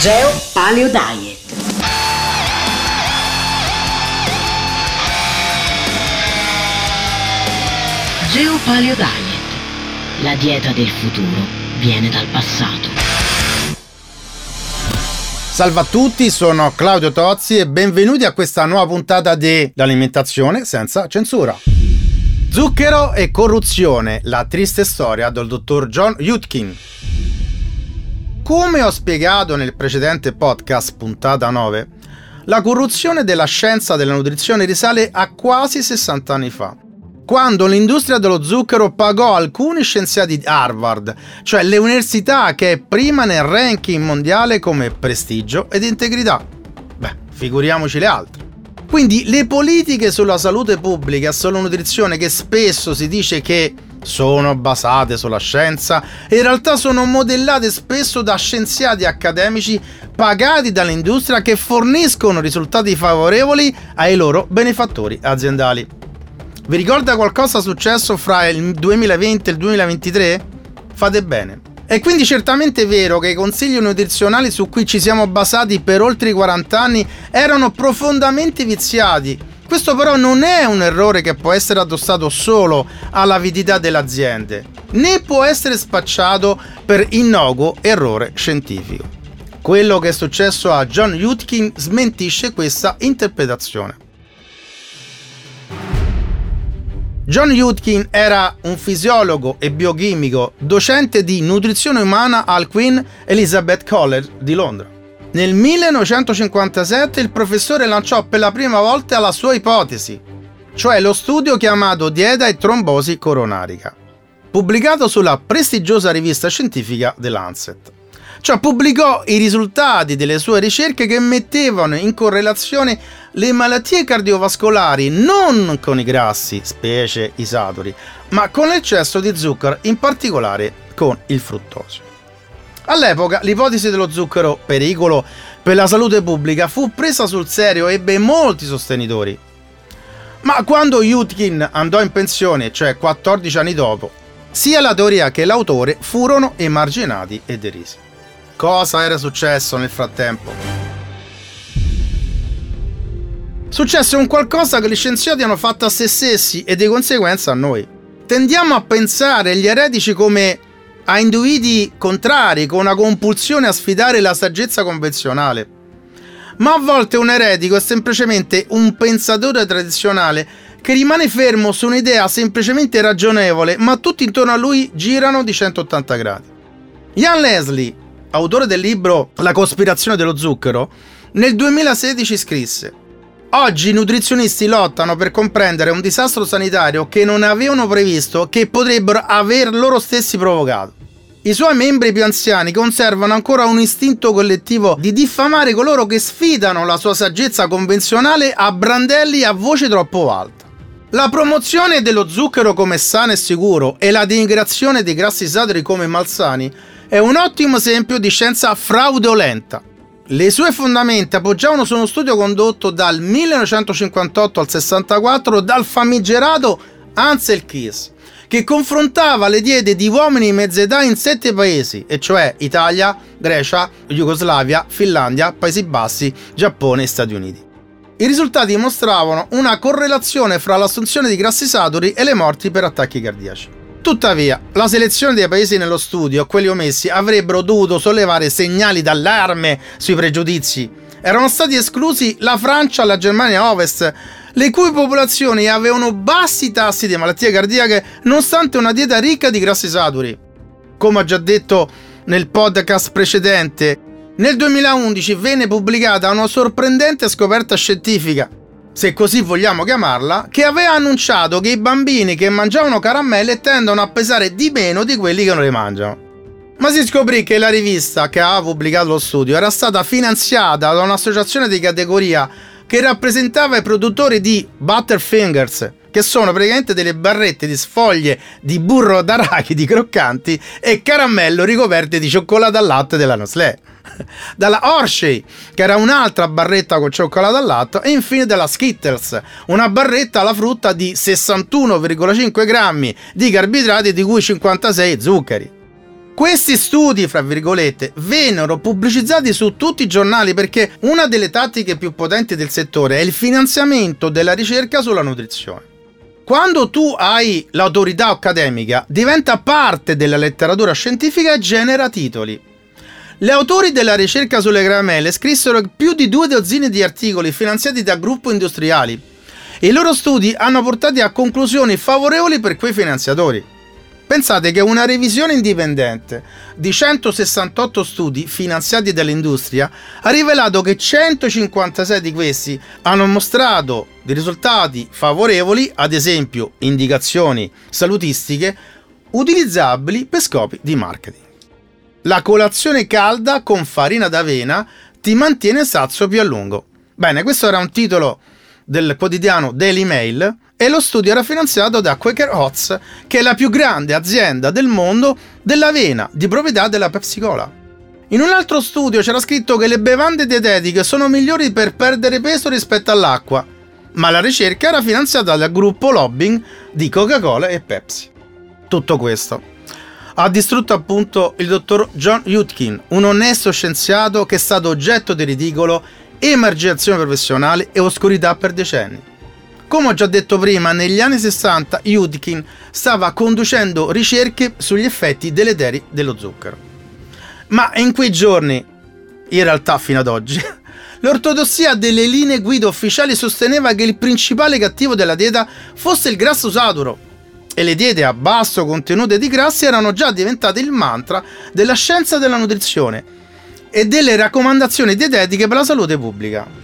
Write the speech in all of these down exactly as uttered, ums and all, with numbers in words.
Geo Paleo Diet. Geo Paleo Diet. La dieta del futuro viene dal passato. Salve a tutti, sono Claudio Tozzi e benvenuti a questa nuova puntata di L'alimentazione senza censura. Zucchero e corruzione, la triste storia del dottor John Yudkin. Come ho spiegato nel precedente podcast, puntata nove, la corruzione della scienza della nutrizione risale a quasi sessanta anni fa, quando l'industria dello zucchero pagò alcuni scienziati di Harvard, cioè le università che è prima nel ranking mondiale come prestigio ed integrità. Beh, figuriamoci le altre. Quindi le politiche sulla salute pubblica e sulla nutrizione, che spesso si dice che sono basate sulla scienza, in realtà sono modellate spesso da scienziati accademici pagati dall'industria che forniscono risultati favorevoli ai loro benefattori aziendali. Vi ricorda qualcosa successo fra il duemilaventi e il duemilaventitré? Fate bene. È quindi certamente vero che i consigli nutrizionali su cui ci siamo basati per oltre quaranta anni erano profondamente viziati. Questo però non è un errore che può essere addossato solo all'avidità delle aziende, né può essere spacciato per innocuo errore scientifico. Quello che è successo a John Yudkin smentisce questa interpretazione. John Yudkin era un fisiologo e biochimico, docente di nutrizione umana al Queen Elizabeth College di Londra. Nel millenovecentocinquantasette il professore lanciò per la prima volta la sua ipotesi, cioè lo studio chiamato dieta e trombosi coronarica, pubblicato sulla prestigiosa rivista scientifica The Lancet. Cioè pubblicò i risultati delle sue ricerche che mettevano in correlazione le malattie cardiovascolari non con i grassi, specie i saturi, ma con l'eccesso di zucchero, in particolare con il fruttosio. All'epoca l'ipotesi dello zucchero pericolo per la salute pubblica fu presa sul serio e ebbe molti sostenitori. Ma quando Yudkin andò in pensione, cioè quattordici anni dopo, sia la teoria che l'autore furono emarginati e derisi. Cosa era successo nel frattempo? Successe un qualcosa che gli scienziati hanno fatto a se stessi e di conseguenza a noi. Tendiamo a pensare agli eretici come a individui contrari, con una compulsione a sfidare la saggezza convenzionale. Ma a volte un eretico è semplicemente un pensatore tradizionale che rimane fermo su un'idea semplicemente ragionevole, ma tutti intorno a lui girano di centottanta gradi. Ian Leslie, autore del libro La cospirazione dello zucchero, nel duemilasedici scrisse: oggi i nutrizionisti lottano per comprendere un disastro sanitario che non avevano previsto, che potrebbero aver loro stessi provocato. I suoi membri più anziani conservano ancora un istinto collettivo di diffamare coloro che sfidano la sua saggezza convenzionale a brandelli a voce troppo alta. La promozione dello zucchero come sano e sicuro e la denigrazione dei grassi saturi come malsani è un ottimo esempio di scienza fraudolenta. Le sue fondamenta poggiavano su uno studio condotto dal millenovecentocinquantotto al sessantaquattro dal famigerato Ansel Keys, che confrontava le diete di uomini di mezza età in sette paesi, e cioè Italia, Grecia, Jugoslavia, Finlandia, Paesi Bassi, Giappone e Stati Uniti. I risultati mostravano una correlazione fra l'assunzione di grassi saturi e le morti per attacchi cardiaci. Tuttavia, la selezione dei paesi nello studio, quelli omessi, avrebbero dovuto sollevare segnali d'allarme sui pregiudizi. Erano stati esclusi la Francia e la Germania Ovest, le cui popolazioni avevano bassi tassi di malattie cardiache nonostante una dieta ricca di grassi saturi. Come ho già detto nel podcast precedente, nel duemilaundici venne pubblicata una sorprendente scoperta scientifica, se così vogliamo chiamarla, che aveva annunciato che i bambini che mangiavano caramelle tendono a pesare di meno di quelli che non le mangiano. Ma si scoprì che la rivista che aveva pubblicato lo studio era stata finanziata da un'associazione di categoria che rappresentava i produttori di Butterfingers, che sono praticamente delle barrette di sfoglie di burro d'arachidi croccanti e caramello ricoperte di cioccolato al latte della Nestlé, dalla Hershey, che era un'altra barretta con cioccolato al latte, e infine dalla Skittles, una barretta alla frutta di sessantuno virgola cinque grammi di carboidrati, di cui cinquantasei zuccheri. Questi studi, fra virgolette, vennero pubblicizzati su tutti i giornali perché una delle tattiche più potenti del settore è il finanziamento della ricerca sulla nutrizione. Quando tu hai l'autorità accademica, diventa parte della letteratura scientifica e genera titoli. Gli autori della ricerca sulle gramelle scrissero più di due dozzine di articoli finanziati da gruppi industriali. I loro studi hanno portato a conclusioni favorevoli per quei finanziatori. Pensate che una revisione indipendente di centosessantotto studi finanziati dall'industria ha rivelato che centocinquantasei di questi hanno mostrato dei risultati favorevoli, ad esempio indicazioni salutistiche, utilizzabili per scopi di marketing. La colazione calda con farina d'avena ti mantiene sazio più a lungo. Bene, questo era un titolo del quotidiano Daily Mail e lo studio era finanziato da Quaker Oats, che è la più grande azienda del mondo dell'avena di proprietà della Pepsi Cola. In un altro studio c'era scritto che le bevande dietetiche sono migliori per perdere peso rispetto all'acqua, ma la ricerca era finanziata dal gruppo lobbying di Coca-Cola e Pepsi. Tutto questo ha distrutto appunto il dottor John Yudkin, un onesto scienziato che è stato oggetto di ridicolo, emarginazione professionale e oscurità per decenni. Come ho già detto prima, negli anni sessanta Yudkin stava conducendo ricerche sugli effetti deleteri dello zucchero. Ma in quei giorni, in realtà fino ad oggi, l'ortodossia delle linee guida ufficiali sosteneva che il principale cattivo della dieta fosse il grasso saturo, e le diete a basso contenuto di grassi erano già diventate il mantra della scienza della nutrizione e delle raccomandazioni dietetiche per la salute pubblica.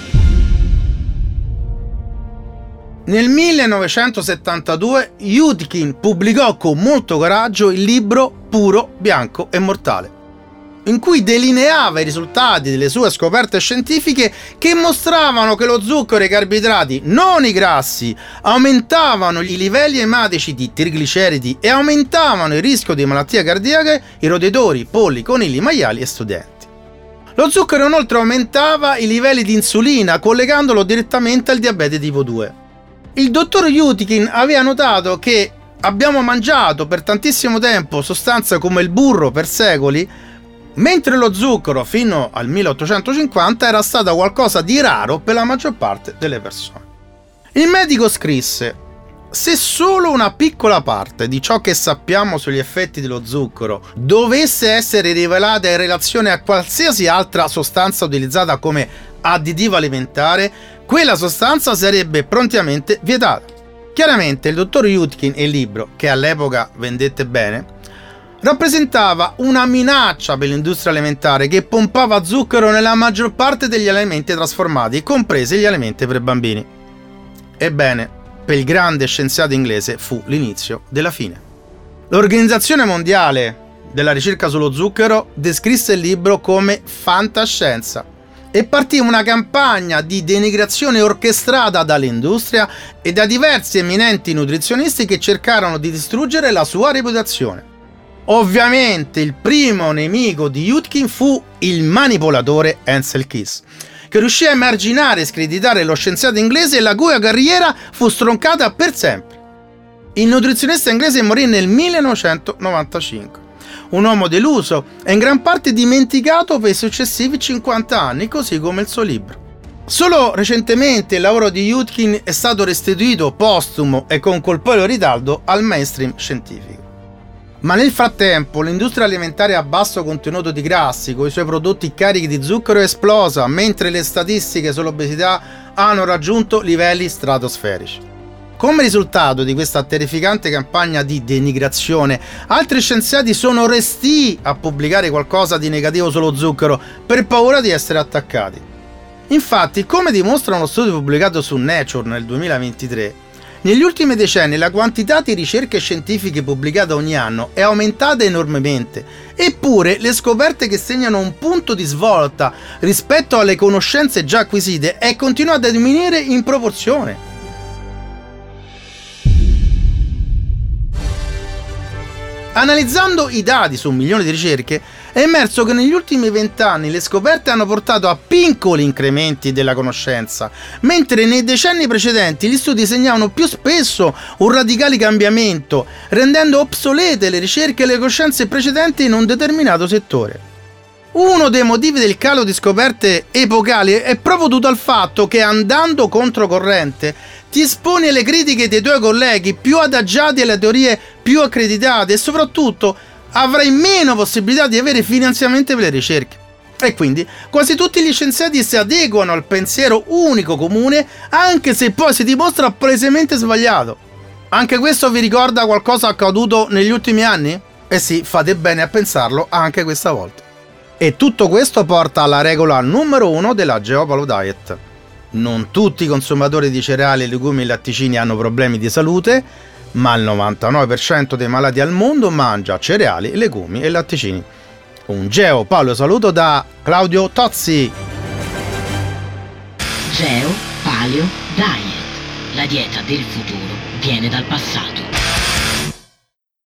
Nel millenovecentosettantadue Yudkin pubblicò con molto coraggio il libro Puro, Bianco e Mortale, in cui delineava i risultati delle sue scoperte scientifiche che mostravano che lo zucchero e i carboidrati, non i grassi, aumentavano i livelli ematici di trigliceridi e aumentavano il rischio di malattie cardiache in roditori, polli, conigli, maiali e studenti. Lo zucchero inoltre aumentava i livelli di insulina, collegandolo direttamente al diabete tipo due. Il dottor Yudkin aveva notato che abbiamo mangiato per tantissimo tempo sostanze come il burro per secoli, mentre lo zucchero fino al milleottocentocinquanta era stato qualcosa di raro per la maggior parte delle persone. Il medico scrisse: se solo una piccola parte di ciò che sappiamo sugli effetti dello zucchero dovesse essere rivelata in relazione a qualsiasi altra sostanza utilizzata come additivo alimentare, quella sostanza sarebbe prontamente vietata. Chiaramente il dottor Yudkin e il libro, che all'epoca vendette bene, rappresentava una minaccia per l'industria alimentare che pompava zucchero nella maggior parte degli alimenti trasformati, compresi gli alimenti per bambini. Ebbene, per il grande scienziato inglese fu l'inizio della fine. L'Organizzazione Mondiale della Ricerca sullo Zucchero descrisse il libro come fantascienza e partì una campagna di denigrazione orchestrata dall'industria e da diversi eminenti nutrizionisti che cercarono di distruggere la sua reputazione. Ovviamente il primo nemico di Yudkin fu il manipolatore Ansel Keys, che riuscì a emarginare e screditare lo scienziato inglese e la cui carriera fu stroncata per sempre. Il nutrizionista inglese morì nel millenovecentonovantacinque, un uomo deluso e in gran parte dimenticato per i successivi cinquanta anni, così come il suo libro. Solo recentemente il lavoro di Yudkin è stato restituito postumo e con colpevole ritardo al mainstream scientifico. Ma nel frattempo l'industria alimentare a basso contenuto di grassi con i suoi prodotti carichi di zucchero è esplosa, mentre le statistiche sull'obesità hanno raggiunto livelli stratosferici. Come risultato di questa terrificante campagna di denigrazione, altri scienziati sono restii a pubblicare qualcosa di negativo sullo zucchero per paura di essere attaccati. Infatti, come dimostra uno studio pubblicato su Nature nel duemilaventitré, negli ultimi decenni la quantità di ricerche scientifiche pubblicate ogni anno è aumentata enormemente, eppure le scoperte che segnano un punto di svolta rispetto alle conoscenze già acquisite è continuata a diminuire in proporzione. Analizzando i dati su milioni di ricerche, è emerso che negli ultimi vent'anni le scoperte hanno portato a piccoli incrementi della conoscenza, mentre nei decenni precedenti gli studi segnavano più spesso un radicale cambiamento, rendendo obsolete le ricerche e le conoscenze precedenti in un determinato settore. Uno dei motivi del calo di scoperte epocali è proprio dovuto al fatto che, andando controcorrente, ti esponi alle critiche dei tuoi colleghi più adagiati e alle teorie più accreditate, e soprattutto avrai meno possibilità di avere finanziamenti per le ricerche. E quindi quasi tutti gli scienziati si adeguano al pensiero unico comune, anche se poi si dimostra palesemente sbagliato. Anche questo vi ricorda qualcosa accaduto negli ultimi anni? Eh sì, fate bene a pensarlo anche questa volta. E tutto questo porta alla regola numero uno della GeoPaleo Diet. Non tutti i consumatori di cereali, legumi e latticini hanno problemi di salute, ma il novantanove per cento dei malati al mondo mangia cereali, legumi e latticini. Un GeoPaleo saluto da Claudio Tozzi. GeoPaleo Diet. La dieta del futuro viene dal passato.